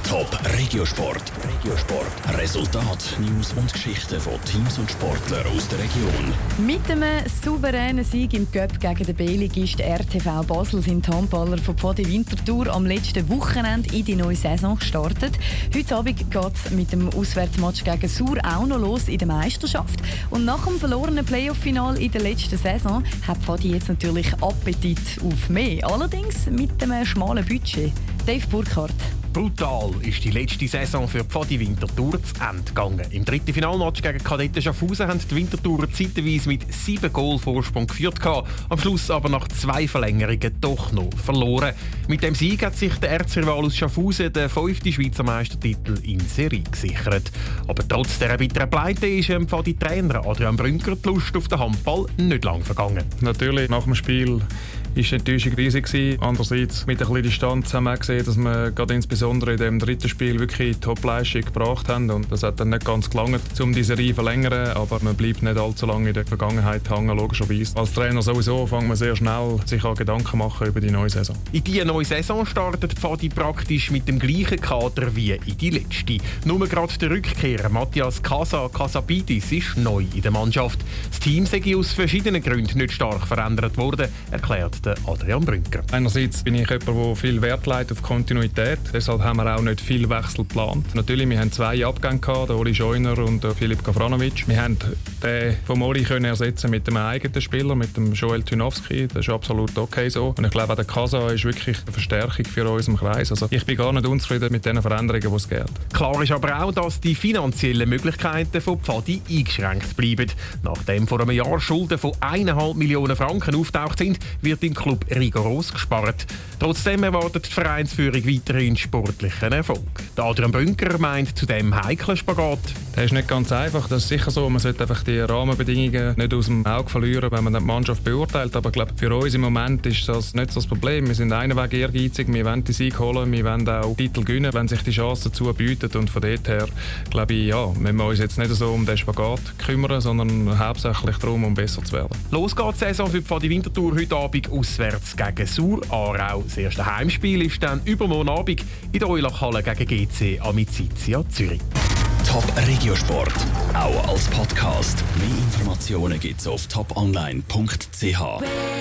Top Regiosport. Resultat, News und Geschichten von Teams und Sportlern aus der Region. Mit einem souveränen Sieg im Cup gegen den B-Ligist RTV Basel sind die Handballer von Pfadi Winterthur am letzten Wochenende in die neue Saison gestartet. Heute Abend geht es mit dem Auswärtsmatch gegen Sur auch noch los in der Meisterschaft. Und nach dem verlorenen Playoff-Final in der letzten Saison hat Pfadi jetzt natürlich Appetit auf mehr. Allerdings mit einem schmalen Budget. Dave Burkhardt. Brutal ist die letzte Saison für Pfadi Winterthur zu Ende gegangen. Im dritten Finalmatch gegen Kadetten Schaffhausen haben die Winterthurer zeitweise mit 7 Goal Vorsprung geführt. Am Schluss aber nach 2 Verlängerungen doch noch verloren. Mit dem Sieg hat sich der Erzrival aus Schaffhausen den 5. Schweizer Meistertitel in Serie gesichert. Aber trotz dieser bitteren Pleite ist dem Pfadi-Trainer Adrian Brünker die Lust auf den Handball nicht lang vergangen. Natürlich, nach dem Spiel war die Enttäuschung riesig. Andererseits, mit ein bisschen Distanz haben wir auch gesehen, dass wir gerade insbesondere in dem dritten Spiel wirklich Top-Leistung gebracht haben. Und das hat dann nicht ganz gelangt, um die Serie zu verlängern. Aber man bleibt nicht allzu lange in der Vergangenheit hängen, logischerweise. Als Trainer sowieso fängt man sehr schnell sich an Gedanken machen über die neue Saison. In diese neue Saison startet Pfadi praktisch mit dem gleichen Kader wie in die letzte. Nur gerade der Rückkehrer Matthias Casabidis ist neu in der Mannschaft. Das Team sei aus verschiedenen Gründen nicht stark verändert worden, erklärt Adrian Brünker. Einerseits bin ich jemand, der viel Wert legt auf Kontinuität. Deshalb haben wir auch nicht viel Wechsel geplant. Natürlich, wir haben 2 Abgänge gehabt, Oli Scheuner und Filip Gafranovic. Wir haben den von Oli können ersetzen mit einem eigenen Spieler, mit dem Joel Tynowski. Das ist absolut okay so. Und ich glaube, auch der Casa ist wirklich eine Verstärkung für uns im Kreis. Also ich bin gar nicht unzufrieden mit den Veränderungen, die es gibt. Klar ist aber auch, dass die finanziellen Möglichkeiten von Pfadi eingeschränkt bleiben. Nachdem vor einem Jahr Schulden von 1,5 Millionen Franken auftaucht sind, wird im Club rigoros gespart. Trotzdem erwartet die Vereinsführung weiterhin sportlichen Erfolg. Der Adrian Brünker meint zu dem heiklen Spagat: Das ist nicht ganz einfach, das ist sicher so. Man sollte einfach die Rahmenbedingungen nicht aus dem Auge verlieren, wenn man die Mannschaft beurteilt. Aber ich glaube, für uns im Moment ist das nicht so das Problem. Wir sind einen Weg ehrgeizig, wir wollen den Sieg holen, wir wollen auch Titel gewinnen, wenn sich die Chance dazu bietet. Und von dort her, glaube ich, müssen wir uns jetzt nicht so um den Spagat kümmern, sondern hauptsächlich darum, um besser zu werden. Los geht die Saison für Pfadi Winterthur heute Abend auswärts gegen Sur Aarau. Das erste Heimspiel ist dann übermorgen Abend in der Eulachhalle gegen GC Amicizia Zürich. Top Regiosport, auch als Podcast. Mehr Informationen gibt's auf toponline.ch.